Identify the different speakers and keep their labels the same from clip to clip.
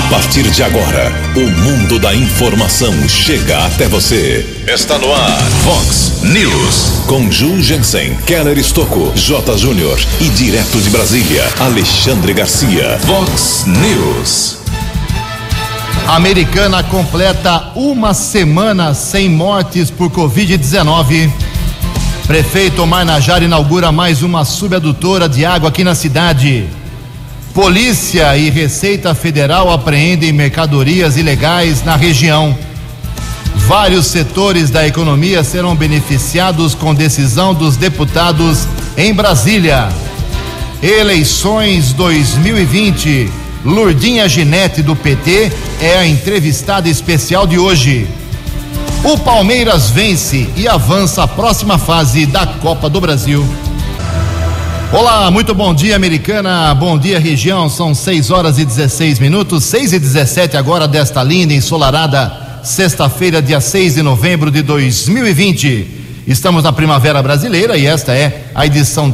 Speaker 1: A partir de agora, o mundo da informação chega até você. Está no ar, Vox News. Com Ju Jensen, Keller Estocco, J. Júnior e direto de Brasília, Alexandre Garcia. Vox News.
Speaker 2: Americana completa uma semana sem mortes por Covid-19. Prefeito Omar Najjar inaugura mais uma subadutora de água aqui na cidade. Polícia e Receita Federal apreendem mercadorias ilegais na região. Vários setores da economia serão beneficiados com decisão dos deputados em Brasília. Eleições 2020. Lurdinha Ginete, do PT, é a entrevistada especial de hoje. O Palmeiras vence e avança à próxima fase da Copa do Brasil. Olá, muito bom dia, Americana, bom dia, região. São 6h16, 6h17 agora desta linda, ensolarada sexta-feira, dia 6 de novembro de 2020. Estamos na Primavera Brasileira e esta é a edição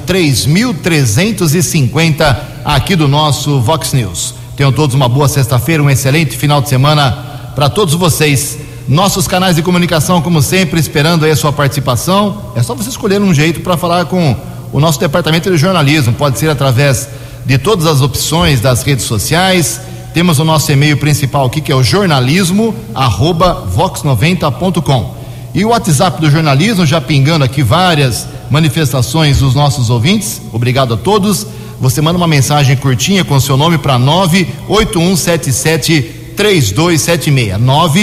Speaker 2: 3.350 aqui do nosso Vox News. Tenham todos uma boa sexta-feira, um excelente final de semana para todos vocês. Nossos canais de comunicação, como sempre, esperando aí a sua participação. É só você escolher um jeito para falar com o nosso departamento de jornalismo. Pode ser através de todas as opções das redes sociais. Temos o nosso e-mail principal aqui, que é o jornalismo@vox90.com. E o WhatsApp do jornalismo, já pingando aqui várias manifestações dos nossos ouvintes. Obrigado a todos. Você manda uma mensagem curtinha com seu nome para 981773276.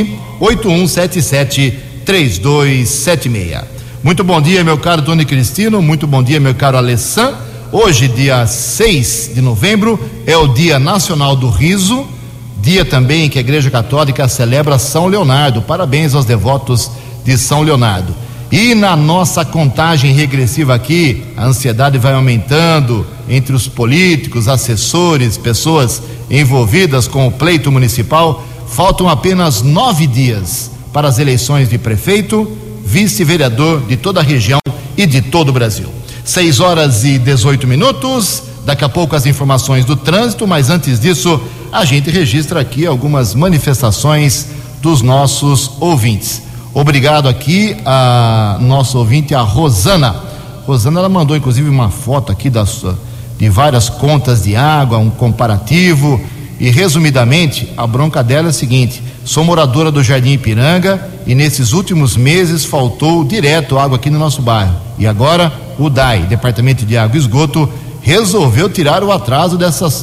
Speaker 2: 981773276. Muito bom dia, meu caro Tony Cristino. Muito bom dia, meu caro Alessan. Hoje, dia 6 de novembro, é o Dia Nacional do Riso. Dia também que a Igreja Católica celebra São Leonardo. Parabéns aos devotos de São Leonardo. E na nossa contagem regressiva aqui, a ansiedade vai aumentando entre os políticos, assessores, pessoas envolvidas com o pleito municipal. Faltam apenas 9 dias para as eleições de prefeito, vice-vereador de toda a região e de todo o Brasil. 6h18. Daqui a pouco as informações do trânsito, mas antes disso, a gente registra aqui algumas manifestações dos nossos ouvintes. Obrigado aqui a nosso ouvinte, a Rosana. Rosana, ela mandou inclusive uma foto aqui de várias contas de água, um comparativo, e resumidamente a bronca dela é a seguinte: sou moradora do Jardim Ipiranga e nesses últimos meses faltou direto água aqui no nosso bairro, e agora o DAI, Departamento de Água e Esgoto, resolveu tirar o atraso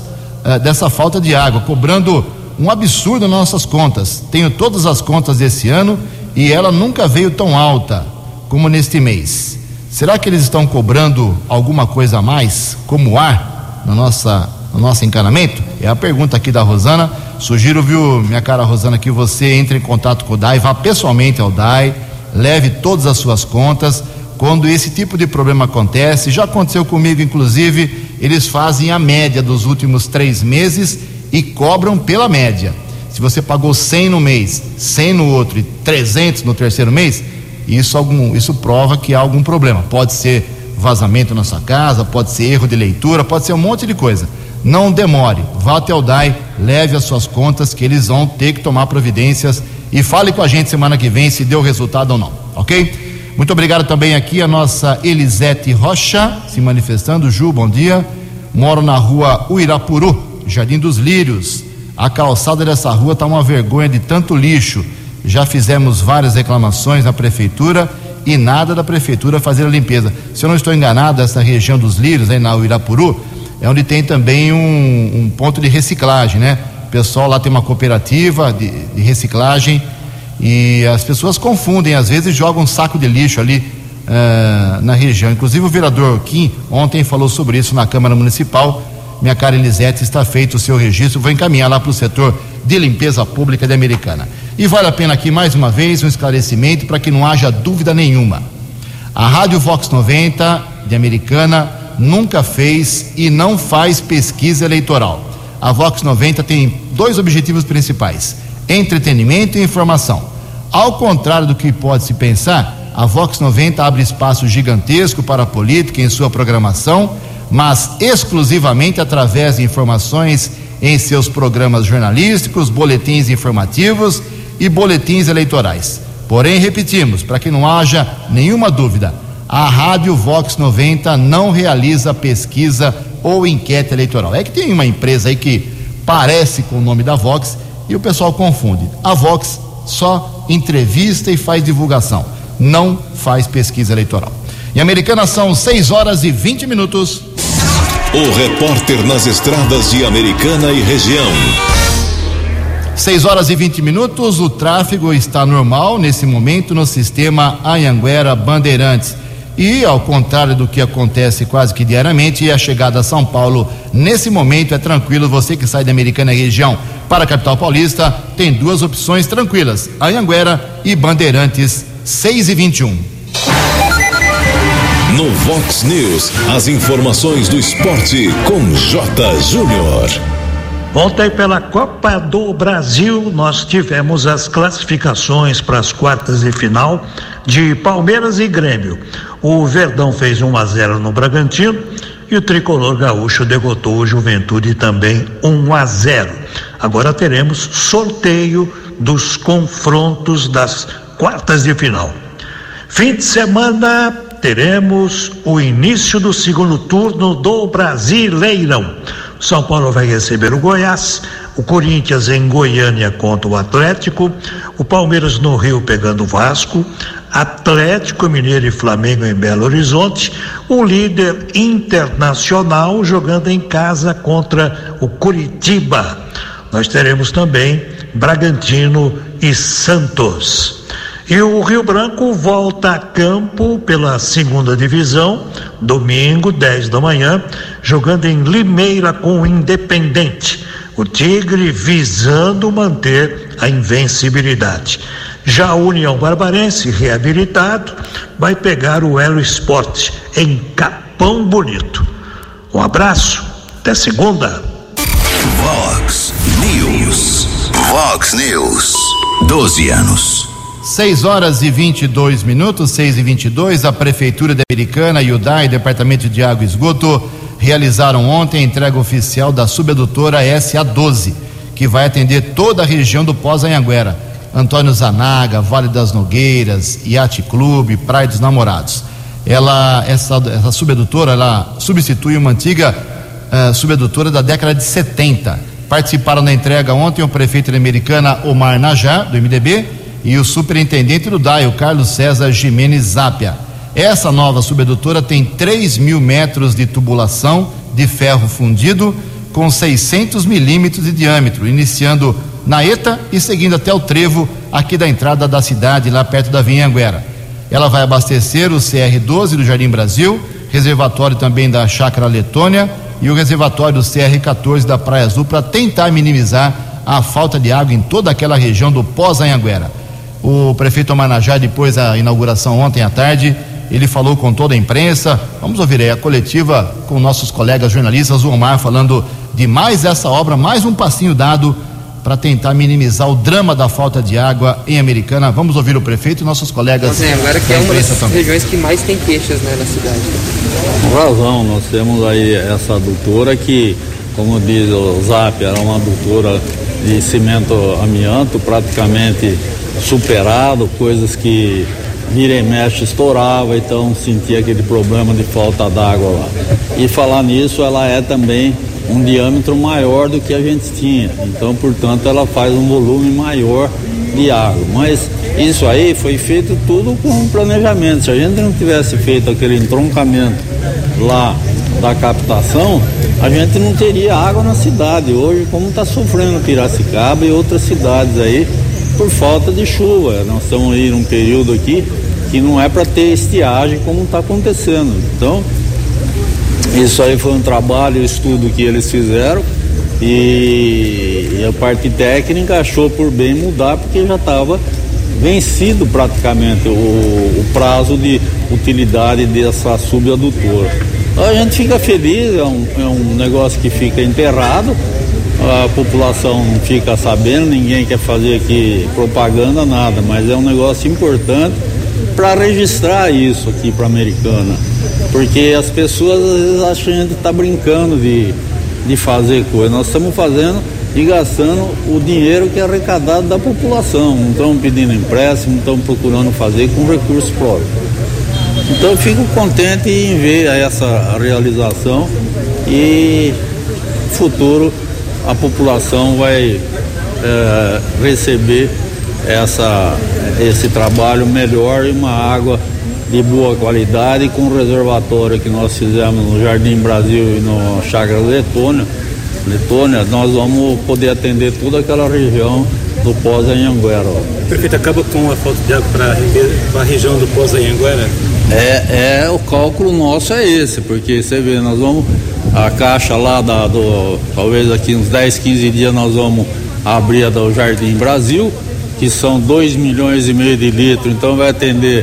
Speaker 2: dessa falta de água, cobrando um absurdo nas nossas contas. Tenho todas as contas desse ano e ela nunca veio tão alta como neste mês. Será que eles estão cobrando alguma coisa a mais, como ar, no nosso encanamento? É a pergunta aqui da Rosana. Sugiro, viu, minha cara Rosana, que você entre em contato com o DAI, vá pessoalmente ao DAI, leve todas as suas contas. Quando esse tipo de problema acontece, já aconteceu comigo inclusive, eles fazem a média dos últimos 3 meses e cobram pela média. Se você pagou 100 no mês, 100 no outro e 300 no terceiro mês, isso prova que há algum problema. Pode ser vazamento na sua casa, pode ser erro de leitura, pode ser um monte de coisa. Não demore, vá até o DAI, leve as suas contas, que eles vão ter que tomar providências, e fale com a gente semana que vem se deu resultado ou não, ok? Muito obrigado também aqui a nossa Elisete Rocha se manifestando. Ju, bom dia. Moro na rua Uirapuru, Jardim dos Lírios. A calçada dessa rua está uma vergonha de tanto lixo. Já fizemos várias reclamações na prefeitura e nada da prefeitura fazer a limpeza. Se eu não estou enganado, essa região dos Lírios, aí na Uirapuru, é onde tem também um ponto de reciclagem, né? O pessoal lá tem uma cooperativa de reciclagem e as pessoas confundem, às vezes jogam um saco de lixo ali na região. Inclusive o vereador Kim ontem falou sobre isso na Câmara Municipal. Minha cara Elisete, está feito o seu registro, vou encaminhar lá para o setor de limpeza pública de Americana. E vale a pena aqui mais uma vez um esclarecimento para que não haja dúvida nenhuma. A Rádio Vox 90 de Americana nunca fez e não faz pesquisa eleitoral. A Vox 90 tem 2 objetivos principais: entretenimento e informação. Ao contrário do que pode se pensar, a Vox 90 abre espaço gigantesco para a política em sua programação, mas exclusivamente através de informações em seus programas jornalísticos, boletins informativos e boletins eleitorais. Porém, repetimos, para que não haja nenhuma dúvida, a Rádio Vox 90 não realiza pesquisa ou enquete eleitoral. É que tem uma empresa aí que parece com o nome da Vox e o pessoal confunde. A Vox só entrevista e faz divulgação, não faz pesquisa eleitoral. Em Americana são 6h20.
Speaker 1: O repórter nas estradas de Americana e região.
Speaker 2: 6h20, o tráfego está normal nesse momento no sistema Anhanguera Bandeirantes. E, ao contrário do que acontece quase que diariamente, a chegada a São Paulo, nesse momento, é tranquilo. Você que sai da Americana e região para a capital paulista, tem duas opções tranquilas: Anhanguera e Bandeirantes. 6h21.
Speaker 1: No Vox News, as informações do esporte com J. Júnior.
Speaker 3: Ontem, pela Copa do Brasil, nós tivemos as classificações para as quartas de final de Palmeiras e Grêmio. O Verdão fez 1-0 no Bragantino e o tricolor gaúcho derrotou o Juventude também 1-0. Agora teremos sorteio dos confrontos das quartas de final. Fim de semana teremos o início do segundo turno do Brasileirão. São Paulo vai receber o Goiás, o Corinthians em Goiânia contra o Atlético, o Palmeiras no Rio pegando o Vasco, Atlético Mineiro e Flamengo em Belo Horizonte, o líder Internacional jogando em casa contra o Curitiba. Nós teremos também Bragantino e Santos. E o Rio Branco volta a campo pela segunda divisão, domingo, 10 da manhã, jogando em Limeira com o Independente. O Tigre visando manter a invencibilidade. Já a União Barbarense, reabilitado, vai pegar o Elo Esporte em Capão Bonito. Um abraço, até segunda.
Speaker 4: Vox News. Vox News. 12 anos.
Speaker 2: 6h22, 6h22, a Prefeitura de Americana e o DAI, Departamento de Água e Esgoto, realizaram ontem a entrega oficial da subadutora SA12, que vai atender toda a região do Pós-Anhanguera, Antônio Zanaga, Vale das Nogueiras, Yacht Clube, Praia dos Namorados. Essa subadutora, ela substitui uma antiga subadutora da década de 70. Participaram da entrega ontem o prefeito de Americana, Omar Najá, do MDB, e o superintendente do DAI, o Carlos César Jimenez Zapia. Essa nova subadutora tem 3.000 metros de tubulação de ferro fundido com 600 milímetros de diâmetro, iniciando na ETA e seguindo até o trevo aqui da entrada da cidade, lá perto da Anhanguera. Ela vai abastecer o CR12 do Jardim Brasil, reservatório também da Chácara Letônia e o reservatório do CR14 da Praia Azul, para tentar minimizar a falta de água em toda aquela região do Pós-Anhanguera. O prefeito Omar Najá, depois da inauguração ontem à tarde, ele falou com toda a imprensa. Vamos ouvir aí a coletiva com nossos colegas jornalistas, o Omar falando de mais essa obra, mais um passinho dado para tentar minimizar o drama da falta de água em Americana. Vamos ouvir o prefeito e nossos colegas.
Speaker 5: Agora que é uma das regiões que mais tem queixas, né, na cidade.
Speaker 6: Com razão, nós temos aí essa adutora que, como diz o Zap, era uma adutora de cimento amianto, praticamente superado, coisas que vira e mexe estourava, então sentia aquele problema de falta d'água lá. E falar nisso, ela é também um diâmetro maior do que a gente tinha, então portanto ela faz um volume maior de água, mas isso aí foi feito tudo com um planejamento. Se a gente não tivesse feito aquele entroncamento lá da captação, a gente não teria água na cidade hoje, como está sofrendo Piracicaba e outras cidades aí por falta de chuva. Nós estamos aí num período aqui que não é para ter estiagem como está acontecendo. Então isso aí foi um trabalho, estudo que eles fizeram e a parte técnica achou por bem mudar, porque já estava vencido praticamente o prazo de utilidade dessa subadutora. Então a gente fica feliz, é um negócio que fica enterrado, a população não fica sabendo, ninguém quer fazer aqui propaganda, nada, mas é um negócio importante para registrar isso aqui para a Americana. Porque as pessoas às vezes acham que a gente está brincando de fazer coisa. Nós estamos fazendo e gastando o dinheiro que é arrecadado da população. Não estamos pedindo empréstimo, não estamos procurando fazer com recursos próprios. Então eu fico contente em ver essa realização e no futuro a população vai receber esse trabalho melhor e uma água de boa qualidade, com o reservatório que nós fizemos no Jardim Brasil e no Chácara Letônia, nós vamos poder atender toda aquela região do Pós-Anhanguera.
Speaker 7: Prefeito, acaba com a falta de água para a região do Pós-Anhanguera?
Speaker 6: O cálculo nosso é esse, porque você vê, nós vamos, a caixa lá talvez aqui uns 10, 15 dias nós vamos abrir a do Jardim Brasil, que são 2,5 milhões de litros, então vai atender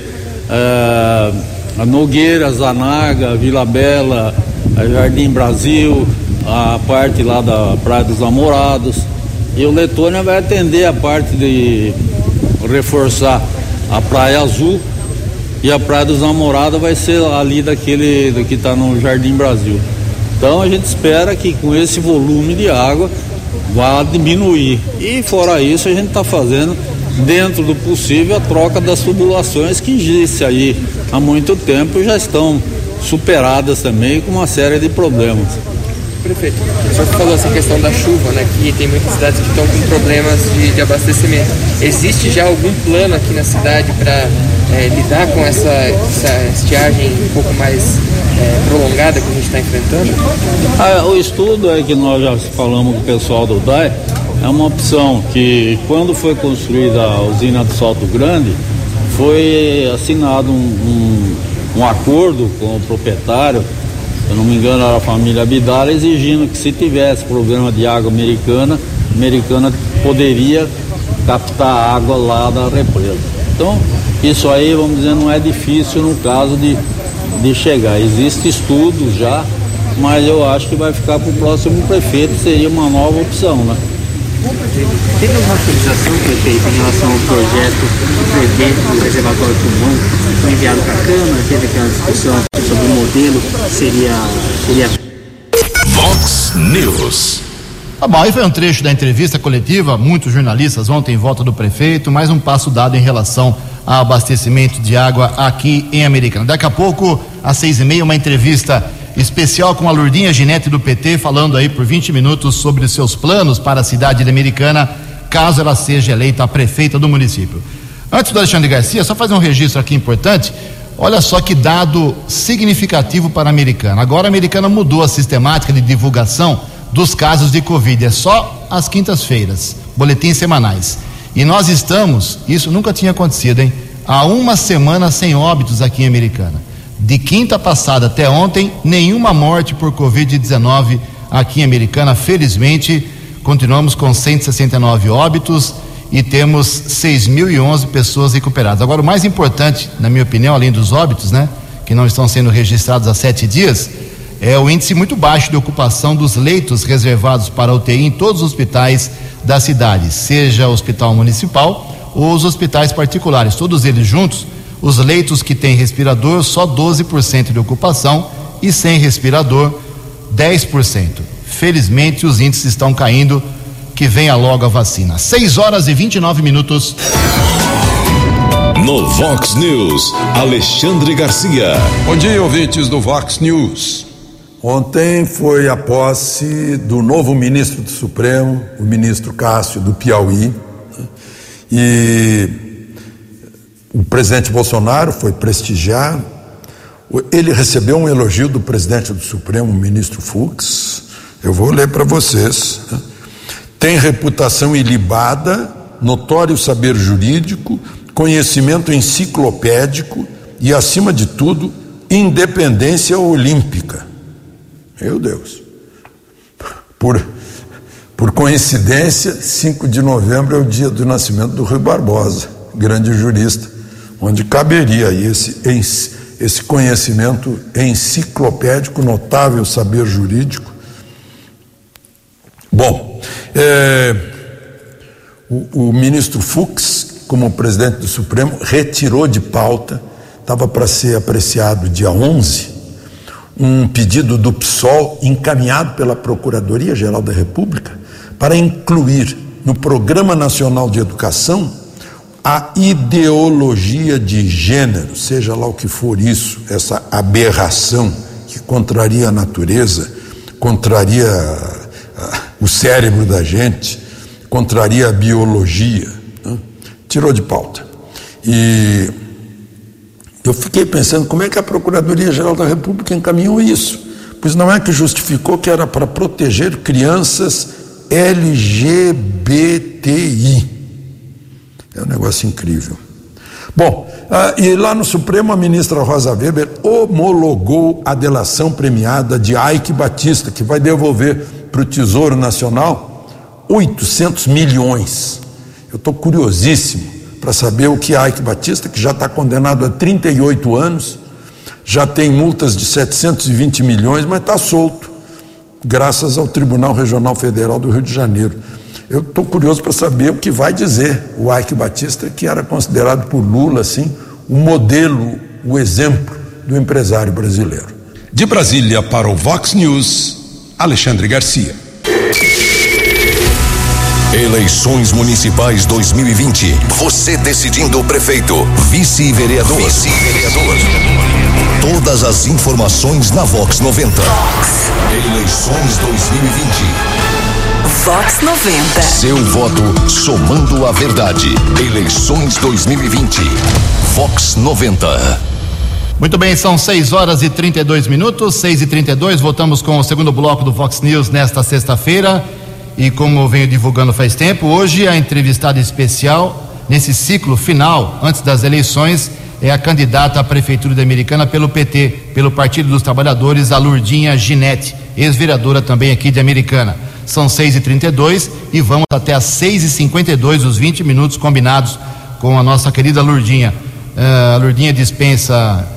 Speaker 6: a Nogueira, Zanaga, Vila Bela, a Jardim Brasil, a parte lá da Praia dos Namorados, e o Letônia vai atender a parte de reforçar a Praia Azul, e a Praia dos Namorados vai ser ali do que está no Jardim Brasil. Então a gente espera que com esse volume de água vá diminuir, e fora isso a gente está fazendo dentro do possível a troca das tubulações que existe aí há muito tempo e já estão superadas também com uma série de problemas.
Speaker 5: Prefeito, o senhor falou essa questão da chuva, né, que tem muitas cidades que estão com problemas de abastecimento. Existe já algum plano aqui na cidade para lidar com essa estiagem um pouco mais prolongada que a gente está enfrentando?
Speaker 6: O estudo que nós já falamos com o pessoal do DAE é uma opção que, quando foi construída a usina de Salto Grande, foi assinado um acordo com o proprietário, se eu não me engano era a família Abdala, exigindo que se tivesse programa de água americana poderia captar água lá da represa. Então, isso aí, vamos dizer, não é difícil no caso de chegar. Existe estudo já, mas eu acho que vai ficar para o próximo prefeito, seria uma nova opção, né?
Speaker 8: Teve alguma atualização, prefeito, em relação ao projeto que prevê o reservatório pulmão? Foi enviado para a Câmara, teve aquela discussão sobre o modelo, seria...
Speaker 1: Vox News.
Speaker 2: Tá bom, aí foi um trecho da entrevista coletiva, muitos jornalistas ontem em volta do prefeito, mais um passo dado em relação ao abastecimento de água aqui em Americana. Daqui a pouco, às 6h30, uma entrevista especial com a Lourdinha Ginete do PT, falando aí por 20 minutos sobre os seus planos para a cidade de Americana, caso ela seja eleita a prefeita do município. Antes do Alexandre Garcia, só fazer um registro aqui importante. Olha só que dado significativo para a Americana. Agora a Americana mudou a sistemática de divulgação dos casos de Covid. É só às quintas-feiras, boletins semanais. E nós estamos, isso nunca tinha acontecido, hein? Há uma semana sem óbitos aqui em Americana. De quinta passada até ontem, nenhuma morte por Covid-19 aqui em Americana. Felizmente, continuamos com 169 óbitos e temos 6.011 pessoas recuperadas. Agora, o mais importante, na minha opinião, além dos óbitos, né, que não estão sendo registrados há 7 dias, é o índice muito baixo de ocupação dos leitos reservados para UTI em todos os hospitais da cidade, seja o hospital municipal ou os hospitais particulares, todos eles juntos. Os leitos que têm respirador, só 12% de ocupação, e sem respirador, 10%. Felizmente, os índices estão caindo, que venha logo a vacina. 6h29.
Speaker 1: No Vox News, Alexandre Garcia.
Speaker 9: Bom dia, ouvintes do Vox News. Ontem foi a posse do novo ministro do Supremo, o ministro Cássio, do Piauí, e o presidente Bolsonaro foi prestigiar. Ele recebeu um elogio do presidente do Supremo, o ministro Fux. Eu vou ler para vocês. Tem reputação ilibada, notório saber jurídico, conhecimento enciclopédico e, acima de tudo, independência olímpica. Meu Deus. Por coincidência, 5 de novembro é o dia do nascimento do Rui Barbosa, grande jurista, onde caberia aí esse conhecimento enciclopédico, notável saber jurídico. Bom, o ministro Fux, como presidente do Supremo, retirou de pauta estava para ser apreciado dia 11, um pedido do PSOL encaminhado pela Procuradoria-Geral da República para incluir no Programa Nacional de Educação a ideologia de gênero, seja lá o que for isso, essa aberração que contraria a natureza, contraria o cérebro da gente, contraria a biologia, né? Tirou de pauta. E eu fiquei pensando como é que a Procuradoria-Geral da República encaminhou isso, pois não é que justificou que era para proteger crianças LGBTI. É um negócio incrível. Bom, e lá no Supremo a ministra Rosa Weber homologou a delação premiada de Eike Batista, que vai devolver para o Tesouro Nacional 800 milhões. Eu estou curiosíssimo para saber o que Eike Batista, que já está condenado a 38 anos, já tem multas de 720 milhões, mas está solto, graças ao Tribunal Regional Federal do Rio de Janeiro. Eu estou curioso para saber o que vai dizer o Eike Batista, que era considerado por Lula, assim, o modelo, o exemplo do empresário brasileiro.
Speaker 1: De Brasília para o Vox News, Alexandre Garcia. Eleições Municipais 2020. Você decidindo o prefeito, vice-vereador. Todas as informações na Vox 90. Eleições 2020.
Speaker 10: Vox 90.
Speaker 1: Seu voto somando a verdade. Eleições 2020. Vox 90.
Speaker 2: Muito bem, são 6h32, 6h32, voltamos com o segundo bloco do Vox News nesta sexta-feira. E como eu venho divulgando faz tempo, hoje a entrevistada especial nesse ciclo final, antes das eleições, é a candidata à Prefeitura de Americana pelo PT, pelo Partido dos Trabalhadores, a Lurdinha Ginete, ex-vereadora também aqui de Americana. São 6h32 e vamos até às 6h52, os 20 minutos combinados com a nossa querida Lurdinha. A Lurdinha dispensa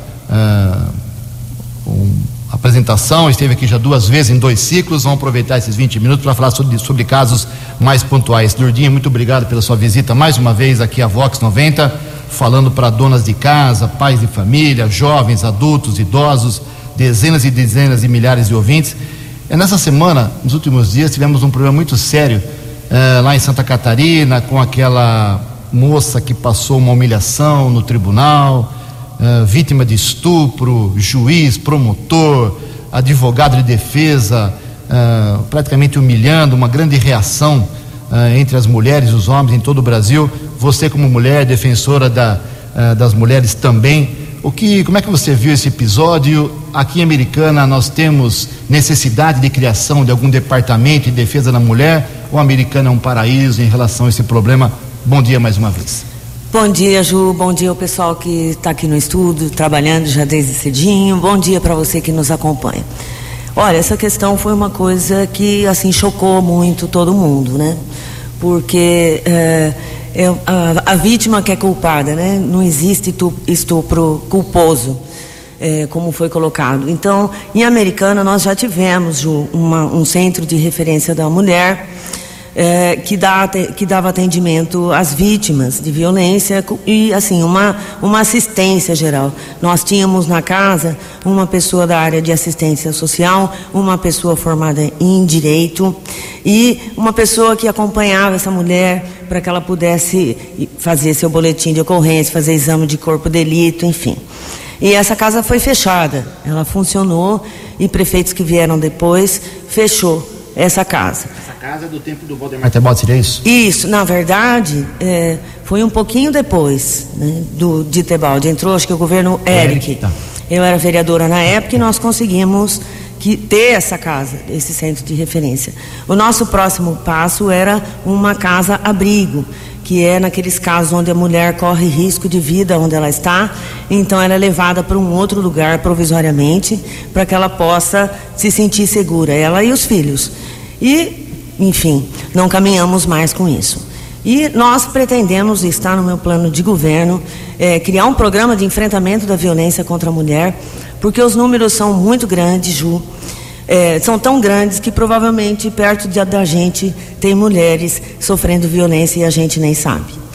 Speaker 2: apresentação, esteve aqui já 2 vezes em 2 ciclos. Vamos aproveitar esses 20 minutos para falar sobre casos mais pontuais. Lurdinha, muito obrigado pela sua visita mais uma vez aqui à Vox 90, falando para donas de casa, pais de família, jovens, adultos, idosos, dezenas e dezenas de milhares de ouvintes. Nessa semana, nos últimos dias, tivemos um problema muito sério lá em Santa Catarina, com aquela moça que passou uma humilhação no tribunal, vítima de estupro, juiz, promotor, advogado de defesa, praticamente humilhando, uma grande reação entre as mulheres e os homens em todo o Brasil. Você, como mulher, defensora das mulheres também, como é que você viu esse episódio? Aqui em Americana nós temos necessidade de criação de algum departamento de defesa da mulher, ou Americana é um paraíso em relação a esse problema? Bom dia mais uma vez.
Speaker 11: Bom dia, Ju, bom dia ao pessoal que está aqui no estúdio, trabalhando já desde cedinho, bom dia para você que nos acompanha. Olha, essa questão foi uma coisa que, assim, chocou muito todo mundo, né? Porque a vítima que é culpada, né? Não existe estupro culposo, como foi colocado. Então, em Americana, nós já tivemos, Ju, um centro de referência da mulher, que dava atendimento às vítimas de violência e, assim, uma assistência geral. Nós tínhamos na casa uma pessoa da área de assistência social, uma pessoa formada em direito e uma pessoa que acompanhava essa mulher para que ela pudesse fazer seu boletim de ocorrência, fazer exame de corpo de delito, enfim. E essa casa foi fechada, ela funcionou e prefeitos que vieram depois fechou essa casa.
Speaker 2: Essa casa é do tempo do Valdemar Tebaldi, seria isso?
Speaker 11: Isso, na verdade, foi um pouquinho depois, né, de Tebaldi. Entrou, acho que o governo Eric. Tá. Eu era vereadora na época e nós conseguimos ter essa casa, esse centro de referência. O nosso próximo passo era uma casa-abrigo, que é naqueles casos onde a mulher corre risco de vida onde ela está, então ela é levada para um outro lugar provisoriamente, para que ela possa se sentir segura, ela e os filhos. E, enfim, não caminhamos mais com isso. E nós pretendemos, está no meu plano de governo, criar um programa de enfrentamento da violência contra a mulher, porque os números são muito grandes, Ju. São tão grandes que provavelmente perto da gente tem mulheres sofrendo violência e a gente nem sabe.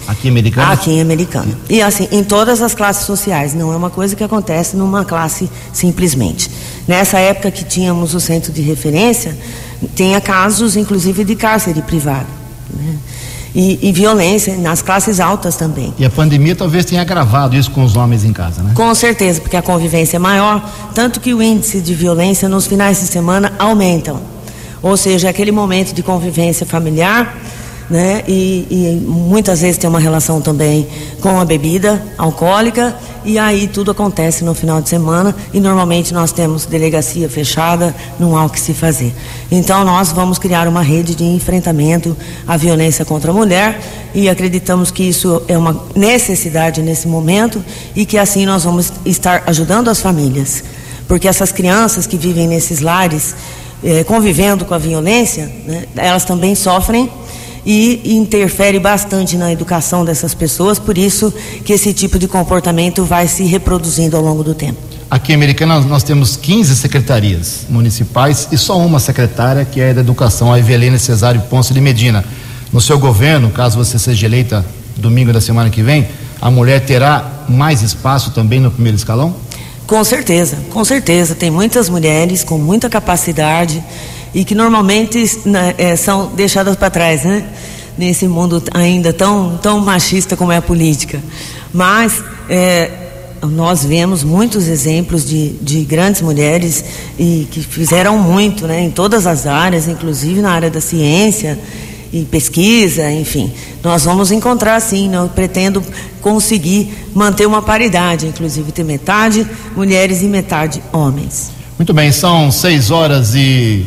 Speaker 2: Aqui em Americana?
Speaker 11: Aqui em Americana. E assim, em todas as classes sociais, não é uma coisa que acontece numa classe simplesmente. Nessa época que tínhamos o centro de referência, tinha casos inclusive de cárcere privado, né? E violência nas classes altas também.
Speaker 2: E a pandemia talvez tenha agravado isso com os homens em casa, né?
Speaker 11: Com certeza, porque a convivência é maior, tanto que o índice de violência nos finais de semana aumentam. Ou seja, aquele momento de convivência familiar, né? E muitas vezes tem uma relação também com a bebida alcoólica, e aí tudo acontece no final de semana, e normalmente nós temos delegacia fechada, não há o que se fazer. Então nós vamos criar uma rede de enfrentamento à violência contra a mulher, e acreditamos que isso é uma necessidade nesse momento, e que assim nós vamos estar ajudando as famílias, porque essas crianças que vivem nesses lares convivendo com a violência, né, elas também sofrem e interfere bastante na educação dessas pessoas, por isso que esse tipo de comportamento vai se reproduzindo ao longo do tempo.
Speaker 2: Aqui em Americana nós temos 15 secretarias municipais e só uma secretária, que é da Educação, a Evelene Cesário Ponce de Medina. No seu governo, caso você seja eleita domingo da semana que vem, a mulher terá mais espaço também no primeiro escalão?
Speaker 11: Com certeza, tem muitas mulheres com muita capacidade e que normalmente são deixadas para trás, né? Nesse mundo ainda tão machista como é a política. Mas nós vemos muitos exemplos de grandes mulheres e que fizeram muito, né? Em todas as áreas, inclusive na área da ciência e pesquisa, enfim. Nós vamos encontrar, sim, eu pretendo conseguir manter uma paridade, inclusive ter metade mulheres e metade homens.
Speaker 2: Muito bem, são 6h37,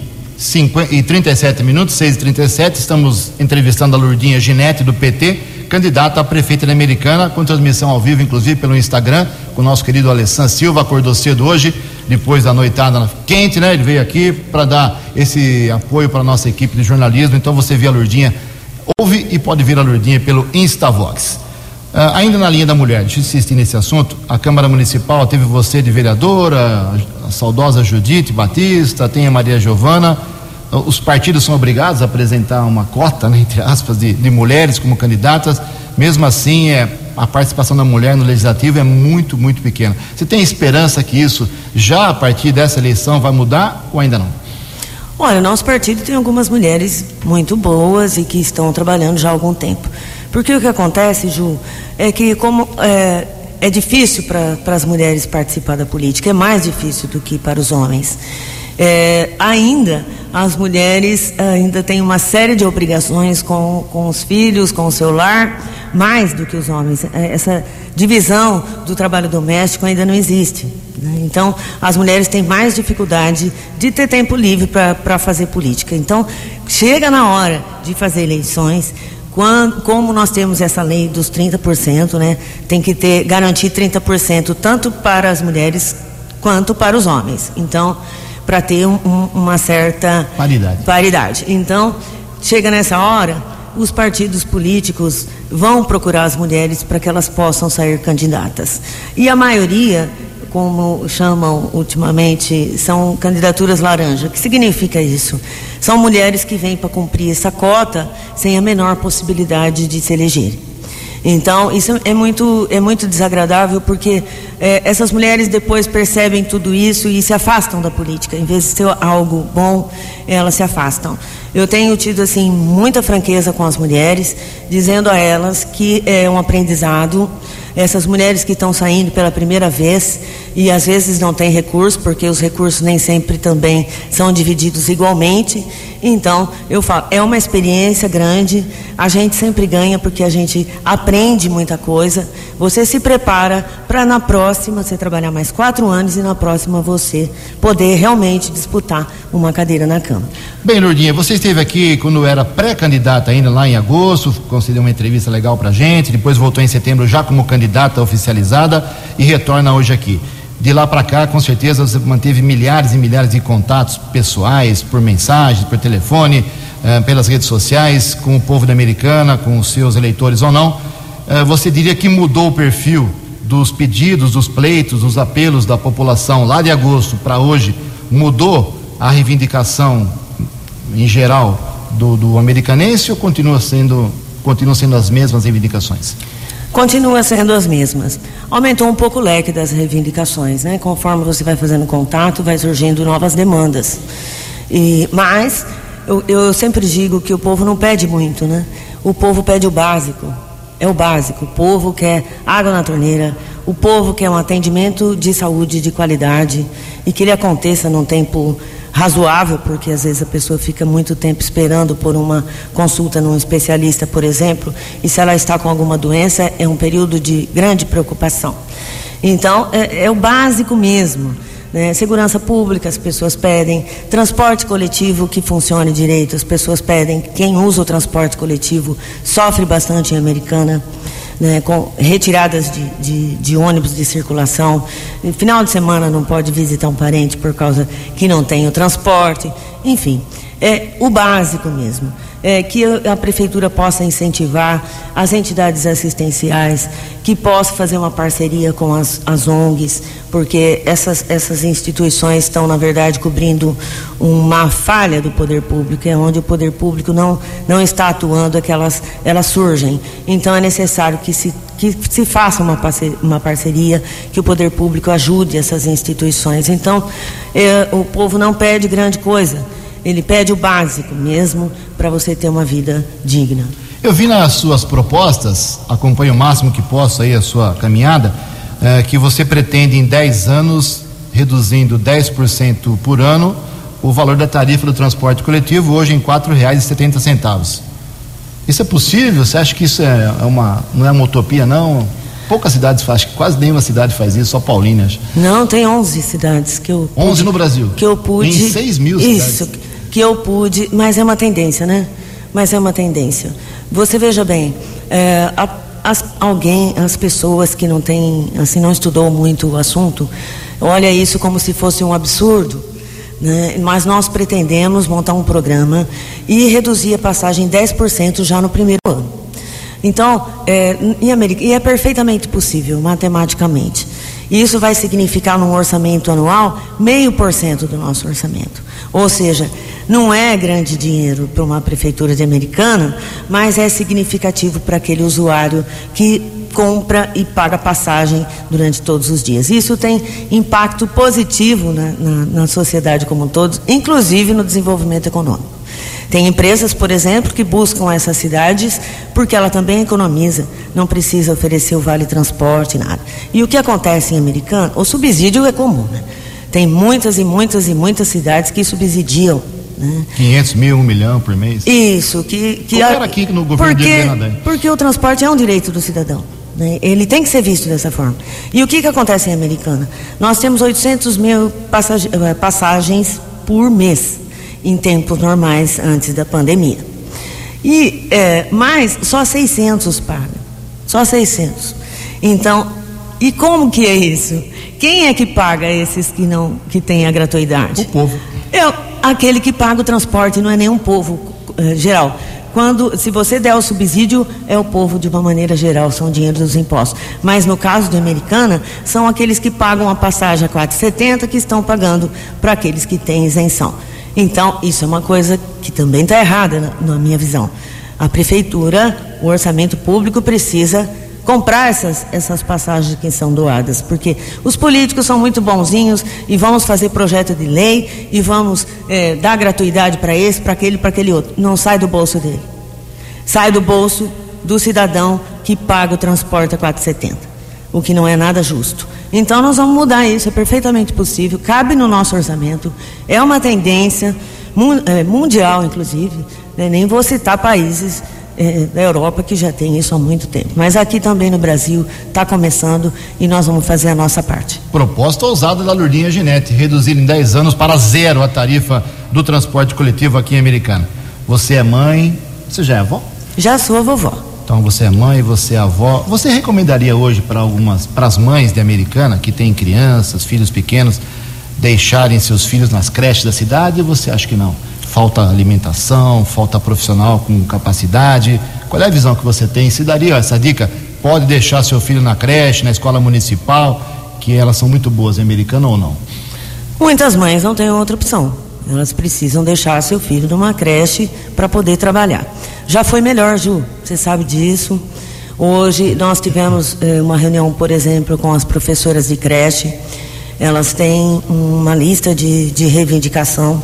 Speaker 2: 6h37, estamos entrevistando a Lourdinha Ginete do PT, candidata a prefeita da Americana, com transmissão ao vivo, inclusive pelo Instagram, com o nosso querido Alessandro Silva. Acordou cedo hoje, depois da noitada quente, né? Ele veio aqui para dar esse apoio para a nossa equipe de jornalismo. Então você vê a Lourdinha, ouve e pode ver a Lourdinha pelo Instavox. Ainda na linha da mulher, deixa eu insistir nesse assunto. A Câmara Municipal teve você de vereadora, a saudosa Judite Batista, tem a Maria Giovana. Os partidos são obrigados a apresentar uma cota, né, entre aspas, de mulheres como candidatas. Mesmo assim, a participação da mulher no legislativo é muito, muito pequena. Você tem esperança que isso, já a partir dessa eleição, vai mudar ou ainda não?
Speaker 11: Olha, nosso partido tem algumas mulheres muito boas e que estão trabalhando já há algum tempo. Porque o que acontece, Ju, é que como é difícil para as mulheres participar da política, é mais difícil do que para os homens. Ainda as mulheres ainda têm uma série de obrigações com os filhos, com o seu lar, mais do que os homens. Essa divisão do trabalho doméstico ainda não existe, né? Então as mulheres têm mais dificuldade de ter tempo livre para fazer política. Então chega na hora de fazer eleições, como nós temos essa lei dos 30%, né? Tem que garantir 30% tanto para as mulheres quanto para os homens. Então, para ter uma certa paridade. Então, chega nessa hora, os partidos políticos vão procurar as mulheres para que elas possam sair candidatas. E a maioria, como chamam ultimamente, são candidaturas laranja. O que significa isso? São mulheres que vêm para cumprir essa cota sem a menor possibilidade de se elegerem. Então, isso é muito desagradável, porque essas mulheres depois percebem tudo isso e se afastam da política. Em vez de ser algo bom, elas se afastam. Eu tenho tido, assim, muita franqueza com as mulheres, dizendo a elas que é um aprendizado. Essas mulheres que estão saindo pela primeira vez e às vezes não têm recurso, porque os recursos nem sempre também são divididos igualmente. Então, eu falo, é uma experiência grande, a gente sempre ganha porque a gente aprende muita coisa. Você se prepara para na próxima você trabalhar mais 4 anos e na próxima você poder realmente disputar uma cadeira na Câmara.
Speaker 2: Bem, Lourdinha, você esteve aqui quando era pré-candidata ainda lá em agosto, concedeu uma entrevista legal pra gente, depois voltou em setembro já como candidata oficializada e retorna hoje aqui. De lá para cá, com certeza, você manteve milhares e milhares de contatos pessoais, por mensagens, por telefone, pelas redes sociais, com o povo da Americana, com os seus eleitores ou não. Você diria que mudou o perfil dos pedidos, dos pleitos, dos apelos da população lá de agosto para hoje? Mudou a reivindicação em geral do americanense ou continua sendo continuam sendo as mesmas reivindicações?
Speaker 11: Continua sendo as mesmas. Aumentou um pouco o leque das reivindicações, né? Conforme você vai fazendo contato, vai surgindo novas demandas. Mas eu sempre digo que o povo não pede muito, né? O povo pede o básico. É o básico. O povo quer água na torneira, o povo quer um atendimento de saúde de qualidade e que ele aconteça num tempo razoável, porque às vezes a pessoa fica muito tempo esperando por uma consulta num especialista, por exemplo, e se ela está com alguma doença, é um período de grande preocupação. Então, é o básico mesmo, né? Segurança pública, as pessoas pedem, transporte coletivo que funcione direito, as pessoas pedem, quem usa o transporte coletivo sofre bastante em Americana, né, com retiradas de ônibus de circulação. No final de semana não pode visitar um parente por causa que não tem o transporte. Enfim, é o básico mesmo. Que a prefeitura possa incentivar as entidades assistenciais, que possa fazer uma parceria com as ONGs, porque essas instituições estão, na verdade, cobrindo uma falha do poder público, é onde o poder público não está atuando, é que elas surgem. Então é necessário que se faça uma parceria, que o poder público ajude essas instituições. Então, o povo não pede grande coisa, ele pede o básico mesmo para você ter uma vida digna.
Speaker 2: Eu vi nas suas propostas, acompanho o máximo que posso aí a sua caminhada, que você pretende em 10 anos, reduzindo 10% por ano, o valor da tarifa do transporte coletivo, hoje em R$ 4,70. Isso é possível? Você acha que isso não é uma utopia, não? Poucas cidades fazem, acho que quase nenhuma cidade faz isso, só Paulínia.
Speaker 11: Não, tem 11 cidades que eu pude,
Speaker 2: 11 no Brasil?
Speaker 11: Que eu pude.
Speaker 2: Em 6 mil cidades.
Speaker 11: Isso, que eu pude, mas é uma tendência, né? Mas é uma tendência. Você veja bem, as pessoas que não têm, assim, não estudou muito o assunto, olha isso como se fosse um absurdo, né? Mas nós pretendemos montar um programa e reduzir a passagem 10% já no primeiro ano. Então, e é perfeitamente possível, matematicamente. Isso vai significar num orçamento anual 0,5% do nosso orçamento. Ou seja, não é grande dinheiro para uma prefeitura de Americana, mas é significativo para aquele usuário que compra e paga passagem durante todos os dias. Isso tem impacto positivo na sociedade como um todo, inclusive no desenvolvimento econômico. Tem empresas, por exemplo, que buscam essas cidades porque ela também economiza, não precisa oferecer o vale transporte, nada. E o que acontece em Americana, o subsídio é comum, né? Tem muitas e muitas e muitas cidades que subsidiam, né? 500
Speaker 2: mil, 1 milhão por mês.
Speaker 11: Isso,
Speaker 2: era aqui no governo de Bernadette.
Speaker 11: Porque o transporte é um direito do cidadão, né? Ele tem que ser visto dessa forma. E o que acontece em Americana? Nós temos 800 mil passagens por mês, em tempos normais, antes da pandemia. Mas só 600 pagam. Só 600. Então, e como que é isso? Quem é que paga esses que têm a gratuidade?
Speaker 2: O povo.
Speaker 11: Aquele que paga o transporte, não é nenhum povo geral. Se você der o subsídio, é o povo de uma maneira geral, são dinheiro dos impostos. Mas no caso de Americana, são aqueles que pagam a passagem a R$ 4,70 que estão pagando para aqueles que têm isenção. Então, isso é uma coisa que também está errada na minha visão. A prefeitura, o orçamento público precisa comprar essas passagens que são doadas, porque os políticos são muito bonzinhos e vamos fazer projeto de lei e vamos dar gratuidade para esse, para aquele outro. Não sai do bolso dele. Sai do bolso do cidadão que paga o transporte a R$ 4,70, o que não é nada justo. Então nós vamos mudar isso, é perfeitamente possível, cabe no nosso orçamento, é uma tendência mundial, inclusive, né? Nem vou citar países da Europa que já tem isso há muito tempo, mas aqui também no Brasil está começando e nós vamos fazer a nossa parte.
Speaker 2: Proposta ousada da Lourdinha Ginete, reduzir em 10 anos para 0 a tarifa do transporte coletivo aqui em Americana. Você é mãe, você já é avó?
Speaker 11: Já sou a vovó.
Speaker 2: Então você é mãe, você é avó. Você recomendaria hoje para as mães de Americana que têm crianças, filhos pequenos, deixarem seus filhos nas creches da cidade, ou você acha que não? Falta alimentação, falta profissional com capacidade. Qual é a visão que você tem? Se daria essa dica? Pode deixar seu filho na creche, na escola municipal, que elas são muito boas em Americana, ou não?
Speaker 11: Muitas mães não têm outra opção. Elas precisam deixar seu filho numa creche para poder trabalhar. Já foi melhor, Ju, você sabe disso. Hoje nós tivemos uma reunião, por exemplo, com as professoras de creche. Elas têm uma lista de reivindicação.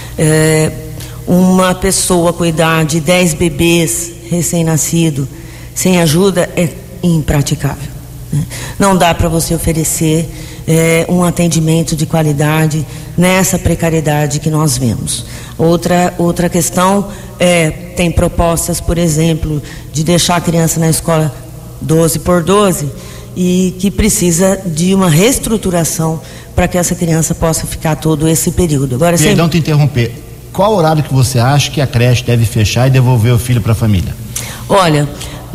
Speaker 11: Uma pessoa cuidar de 10 bebês recém-nascidos sem ajuda é impraticável, né? Não dá para você oferecer um atendimento de qualidade nessa precariedade que nós vemos. Outra questão tem propostas, por exemplo, de deixar a criança na escola 12x12 e que precisa de uma reestruturação para que essa criança possa ficar todo esse período. Agora,
Speaker 2: Perdão te interromper, qual horário que você acha que a creche deve fechar e devolver o filho para a família?
Speaker 11: Olha,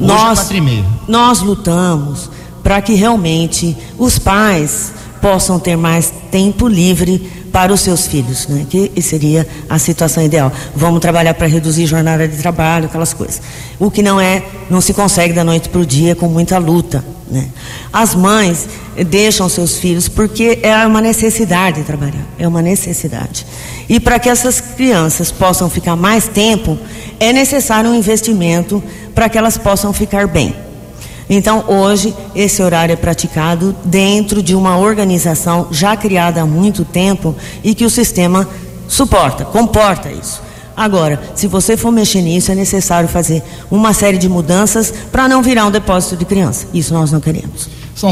Speaker 11: nós lutamos para que realmente os pais possam ter mais tempo livre para os seus filhos, né? Que seria a situação ideal. Vamos trabalhar para reduzir jornada de trabalho, aquelas coisas. O que não se consegue da noite para o dia com muita luta, né? As mães deixam seus filhos porque é uma necessidade trabalhar, é uma necessidade. E para que essas crianças possam ficar mais tempo, é necessário um investimento para que elas possam ficar bem. Então, hoje, esse horário é praticado dentro de uma organização já criada há muito tempo e que o sistema comporta isso. Agora, se você for mexer nisso, é necessário fazer uma série de mudanças para não virar um depósito de criança. Isso nós não queremos.
Speaker 2: São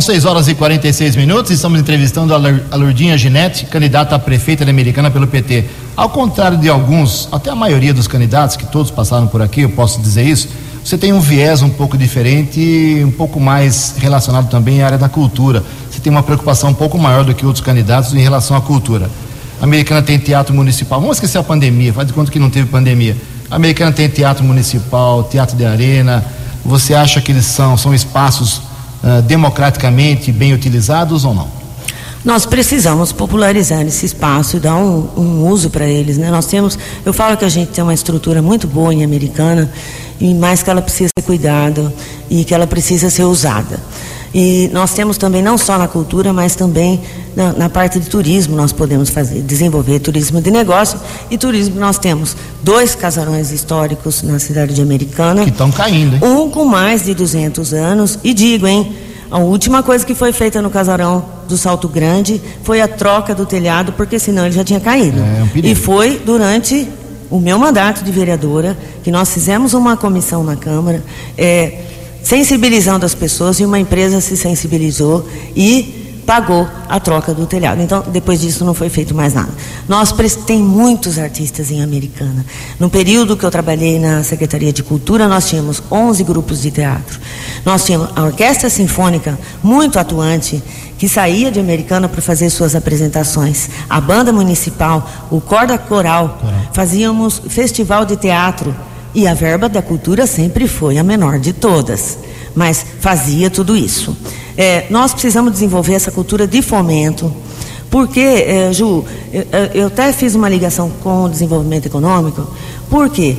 Speaker 2: 6h46, estamos entrevistando a Lourdinha Ginete, candidata a prefeita da Americana pelo PT. Ao contrário de alguns, até a maioria dos candidatos, que todos passaram por aqui, eu posso dizer isso, você tem um viés um pouco diferente e um pouco mais relacionado também à área da cultura. Você tem uma preocupação um pouco maior do que outros candidatos em relação à cultura. A Americana tem teatro municipal, vamos esquecer a pandemia, faz de conta que não teve pandemia. A Americana tem teatro municipal, teatro de arena. Você acha que eles são espaços democraticamente bem utilizados ou não?
Speaker 11: Nós precisamos popularizar esse espaço e dar um uso para eles, né? Eu falo que a gente tem uma estrutura muito boa em Americana, e mais que ela precisa ser cuidada e que ela precisa ser usada. E nós temos também, não só na cultura, mas também na parte de turismo, nós podemos desenvolver turismo de negócio e turismo. Nós temos 2 casarões históricos na cidade de Americana.
Speaker 2: Que estão caindo, hein?
Speaker 11: Um com mais de 200 anos. E digo, hein, a última coisa que foi feita no casarão do Salto Grande foi a troca do telhado, porque senão ele já tinha caído.
Speaker 2: É um perigo.
Speaker 11: E foi durante o meu mandato de vereadora que nós fizemos uma comissão na Câmara, sensibilizando as pessoas, e uma empresa se sensibilizou e pagou a troca do telhado. Então, depois disso não foi feito mais nada. Tem muitos artistas em Americana. No período que eu trabalhei na Secretaria de Cultura, nós tínhamos 11 grupos de teatro. Nós tínhamos a Orquestra Sinfônica, muito atuante, que saía de Americana para fazer suas apresentações. A Banda Municipal, o Corda Coral, fazíamos festival de teatro. E a verba da cultura sempre foi a menor de todas, mas fazia tudo isso. Nós precisamos desenvolver essa cultura de fomento, porque, Ju, eu até fiz uma ligação com o desenvolvimento econômico, porque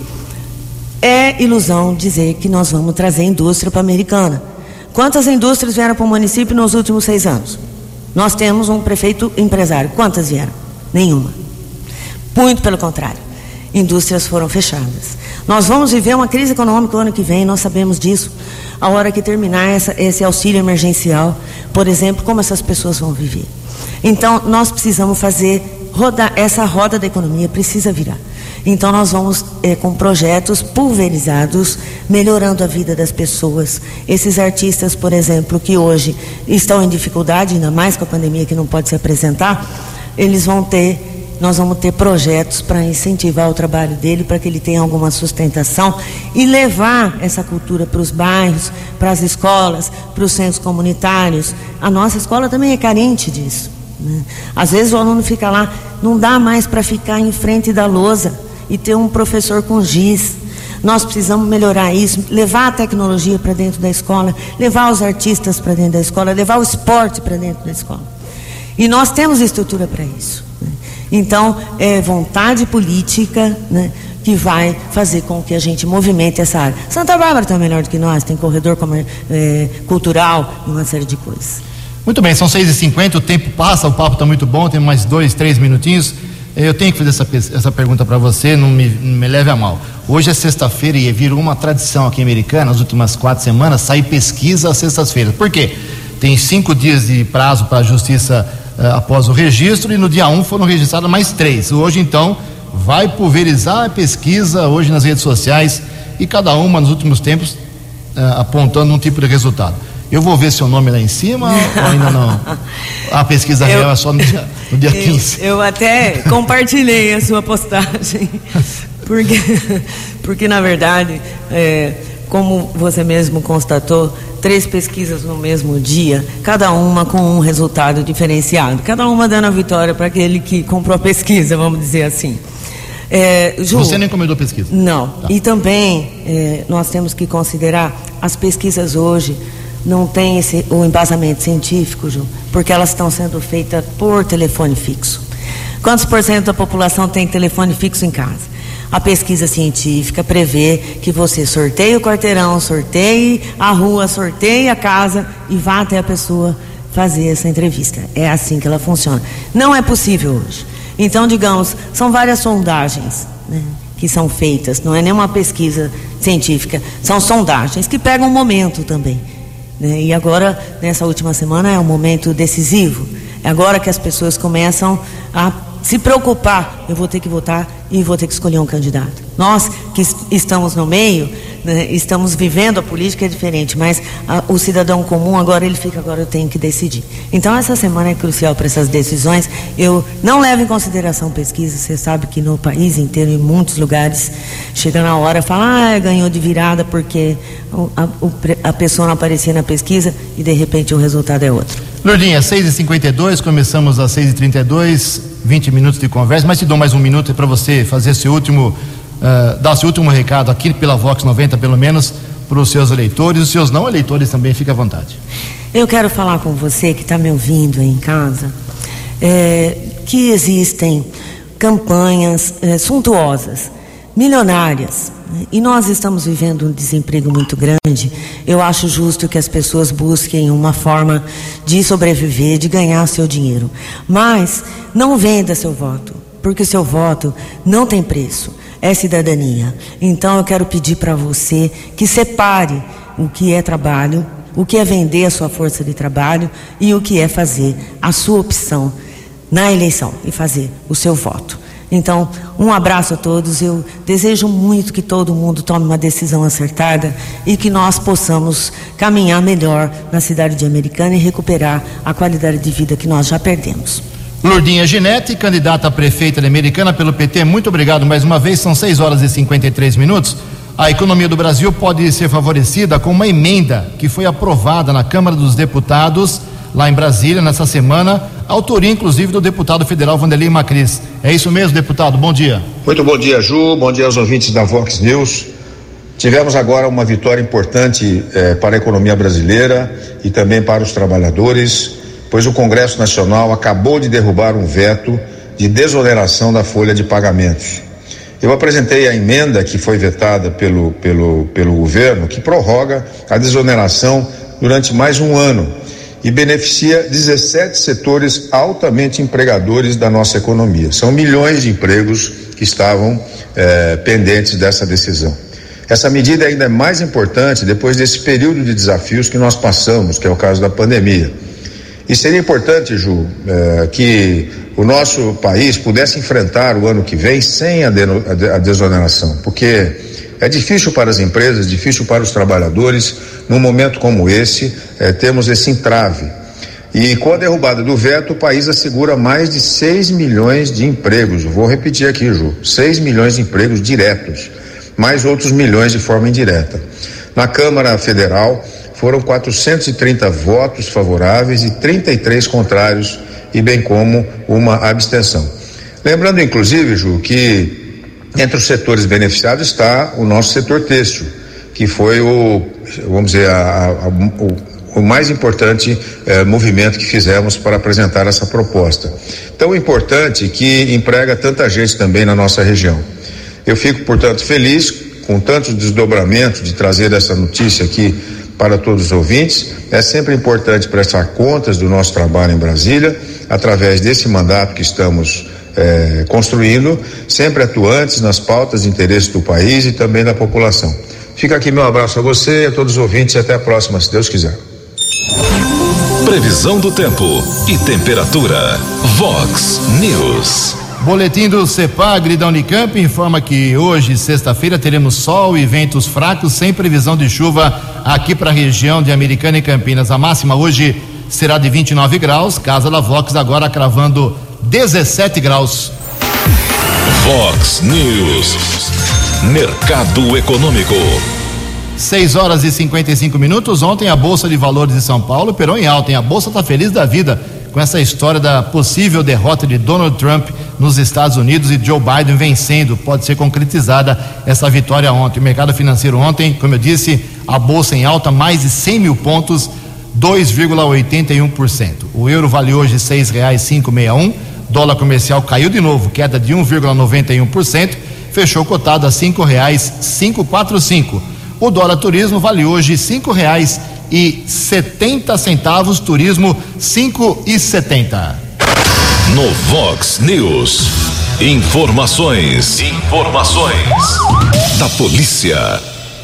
Speaker 11: é ilusão dizer que nós vamos trazer indústria para a Americana. Quantas indústrias vieram para o município nos últimos 6 anos? Nós temos um prefeito empresário. Quantas vieram? Nenhuma. Muito pelo contrário. Indústrias foram fechadas. Nós vamos viver uma crise econômica o ano que vem, nós sabemos disso. A hora que terminar esse auxílio emergencial, por exemplo, como essas pessoas vão viver? Então, nós precisamos fazer rodar, essa roda da economia precisa virar. Então, nós vamos com projetos pulverizados, melhorando a vida das pessoas. Esses artistas, por exemplo, que hoje estão em dificuldade, ainda mais com a pandemia, que não pode se apresentar, nós vamos ter projetos para incentivar o trabalho dele, para que ele tenha alguma sustentação e levar essa cultura para os bairros, para as escolas, para os centros comunitários. A nossa escola também é carente disso, né? Às vezes o aluno fica lá, não dá mais para ficar em frente da lousa e ter um professor com giz. Nós precisamos melhorar isso, levar a tecnologia para dentro da escola, levar os artistas para dentro da escola, levar o esporte para dentro da escola. E nós temos estrutura para isso, né? Então, é vontade política, né, que vai fazer com que a gente movimente essa área. Santa Bárbara está melhor do que nós, tem corredor cultural e uma série de coisas.
Speaker 2: Muito bem, são 6h50, o tempo passa, o papo está muito bom, temos mais 2, 3 minutinhos. Eu tenho que fazer essa pergunta para você, não me leve a mal. Hoje é sexta-feira e virou uma tradição aqui americana, nas últimas 4 semanas, sair pesquisa às sextas-feiras. Por quê? Tem 5 dias de prazo para a justiça após o registro, e no dia 1 foram registradas mais 3. Hoje, então, vai pulverizar a pesquisa hoje nas redes sociais, e cada uma nos últimos tempos apontando um tipo de resultado. Eu vou ver seu nome lá em cima ou ainda não? A pesquisa real é só no dia 15.
Speaker 11: Eu até compartilhei a sua postagem, porque na verdade, como você mesmo constatou, 3 pesquisas no mesmo dia, cada uma com um resultado diferenciado, cada uma dando a vitória para aquele que comprou a pesquisa, vamos dizer assim. Ju,
Speaker 2: você nem encomendou pesquisa?
Speaker 11: Não. Tá. E também nós temos que considerar as pesquisas hoje não tem o embasamento científico, Ju, porque elas estão sendo feitas por telefone fixo. Quantos por cento da população tem telefone fixo em casa? A pesquisa científica prevê que você sorteie o quarteirão, sorteie a rua, sorteie a casa e vá até a pessoa fazer essa entrevista. É assim que ela funciona. Não é possível hoje. Então, digamos, são várias sondagens, né, que são feitas, não é nenhuma pesquisa científica, são sondagens que pegam um momento também. E agora, nessa última semana, é um momento decisivo. É agora que as pessoas começam a se preocupar. Eu vou ter que votar e vou ter que escolher um candidato. Nós que estamos no meio, né, estamos vivendo a política, é diferente, mas o cidadão comum agora eu tenho que decidir. Então essa semana é crucial para essas decisões. Eu não levo em consideração pesquisa. Você sabe que no país inteiro, em muitos lugares, chega na hora e fala, ganhou de virada porque a pessoa não aparecia na pesquisa e de repente o resultado é outro.
Speaker 2: Lourdinha, 6h52, começamos às 6h32, 20 minutos de conversa, mas te dou mais um minuto para você fazer seu último, dar seu último recado aqui pela Vox 90, pelo menos, para os seus eleitores, os seus não eleitores também, fique à vontade.
Speaker 11: Eu quero falar com você que está me ouvindo aí em casa, que existem campanhas suntuosas, milionárias, e nós estamos vivendo um desemprego muito grande. Eu acho justo que as pessoas busquem uma forma de sobreviver, de ganhar seu dinheiro, mas não venda seu voto, porque o seu voto não tem preço, é cidadania. Então eu quero pedir para você que separe o que é trabalho, o que é vender a sua força de trabalho e o que é fazer a sua opção na eleição e fazer o seu voto. Então, um abraço a todos. Eu desejo muito que todo mundo tome uma decisão acertada e que nós possamos caminhar melhor na cidade de Americana e recuperar a qualidade de vida que nós já perdemos.
Speaker 2: Lourdinha Ginete, candidata a prefeita de Americana pelo PT, muito obrigado mais uma vez. São 6h53. A economia do Brasil pode ser favorecida com uma emenda que foi aprovada na Câmara dos Deputados lá em Brasília nessa semana, autoria inclusive do deputado federal Vanderlei Macris. É isso mesmo, deputado? Bom dia.
Speaker 12: Muito bom dia, Ju, bom dia aos ouvintes da Vox News. Tivemos agora uma vitória importante para a economia brasileira e também para os trabalhadores, pois o Congresso Nacional acabou de derrubar um veto de desoneração da folha de pagamentos. Eu apresentei a emenda que foi vetada pelo governo, que prorroga a desoneração durante mais um ano e beneficia 17 setores altamente empregadores da nossa economia. São milhões de empregos que estavam pendentes dessa decisão. Essa medida ainda é mais importante depois desse período de desafios que nós passamos, que é o caso da pandemia. E seria importante, Ju, que o nosso país pudesse enfrentar o ano que vem sem a desoneração, porque é difícil para as empresas, difícil para os trabalhadores, num momento como esse, temos esse entrave. E com a derrubada do veto, o país assegura mais de 6 milhões de empregos. Vou repetir aqui, Ju, 6 milhões de empregos diretos, mais outros milhões de forma indireta. Na Câmara Federal, foram 430 votos favoráveis e 33 contrários, e bem como uma abstenção. Lembrando, inclusive, Ju, que entre os setores beneficiados está o nosso setor têxtil, que foi o mais importante movimento que fizemos para apresentar essa proposta. Tão importante que emprega tanta gente também na nossa região. Eu fico, portanto, feliz com tantos desdobramentos de trazer essa notícia aqui para todos os ouvintes. É sempre importante prestar contas do nosso trabalho em Brasília, através desse mandato que estamos construí-lo, sempre atuantes nas pautas de interesse do país e também da população. Fica aqui meu abraço a você e a todos os ouvintes e até a próxima, se Deus quiser.
Speaker 1: Previsão do tempo e temperatura. Vox News.
Speaker 2: Boletim do CEPAGRE da Unicamp informa que hoje, sexta-feira, teremos sol e ventos fracos, sem previsão de chuva aqui para a região de Americana e Campinas. A máxima hoje será de 29 graus, Casa da Vox agora cravando 17 graus.
Speaker 1: Vox News. Mercado Econômico.
Speaker 2: 6h55. Ontem a Bolsa de Valores de São Paulo operou em alta, hein? A Bolsa está feliz da vida com essa história da possível derrota de Donald Trump nos Estados Unidos e Joe Biden vencendo. Pode ser concretizada essa vitória ontem. O mercado financeiro ontem, como eu disse, a Bolsa em alta, mais de 100 mil pontos, 2,81%. O euro vale hoje R$6,561. Dólar comercial caiu de novo, queda de 1,91%, fechou cotado a R$5,545. O dólar turismo vale hoje R$5,70, turismo R$5,70.
Speaker 1: No Vox News, informações da polícia.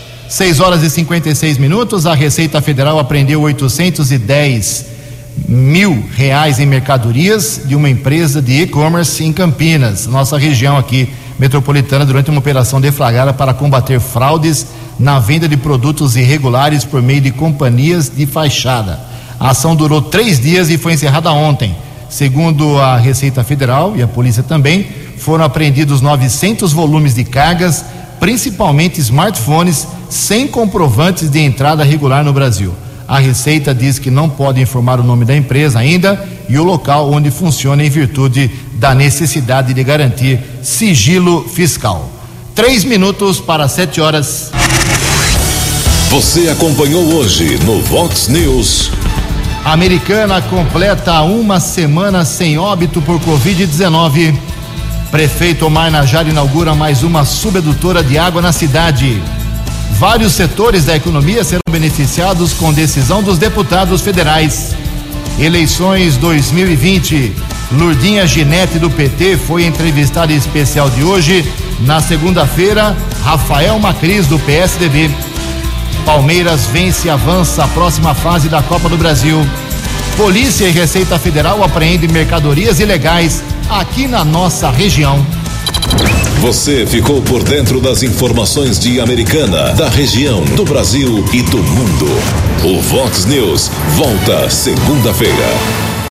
Speaker 2: 6h56. A Receita Federal apreendeu R$810 mil em mercadorias de uma empresa de e-commerce em Campinas, nossa região aqui metropolitana, durante uma operação deflagrada para combater fraudes na venda de produtos irregulares por meio de companhias de fachada. A ação durou 3 dias e foi encerrada ontem. Segundo a Receita Federal e a polícia também, foram apreendidos 900 volumes de cargas, principalmente smartphones, sem comprovantes de entrada regular no Brasil. A Receita diz que não pode informar o nome da empresa ainda e o local onde funciona, em virtude da necessidade de garantir sigilo fiscal. 3 minutos para 7 horas.
Speaker 1: Você acompanhou hoje no Vox News.
Speaker 2: A Americana completa 1 semana sem óbito por Covid-19. Prefeito Omar Najjar inaugura mais uma subedutora de água na cidade. Vários setores da economia serão beneficiados com decisão dos deputados federais. Eleições 2020. Lourdinha Ginete do PT foi entrevistada especial de hoje. Na segunda-feira, Rafael Macris do PSDB. Palmeiras vence e avança à próxima fase da Copa do Brasil. Polícia e Receita Federal apreendem mercadorias ilegais aqui na nossa região.
Speaker 1: Você ficou por dentro das informações de Americana, da região, do Brasil e do mundo. O Vox News volta segunda-feira.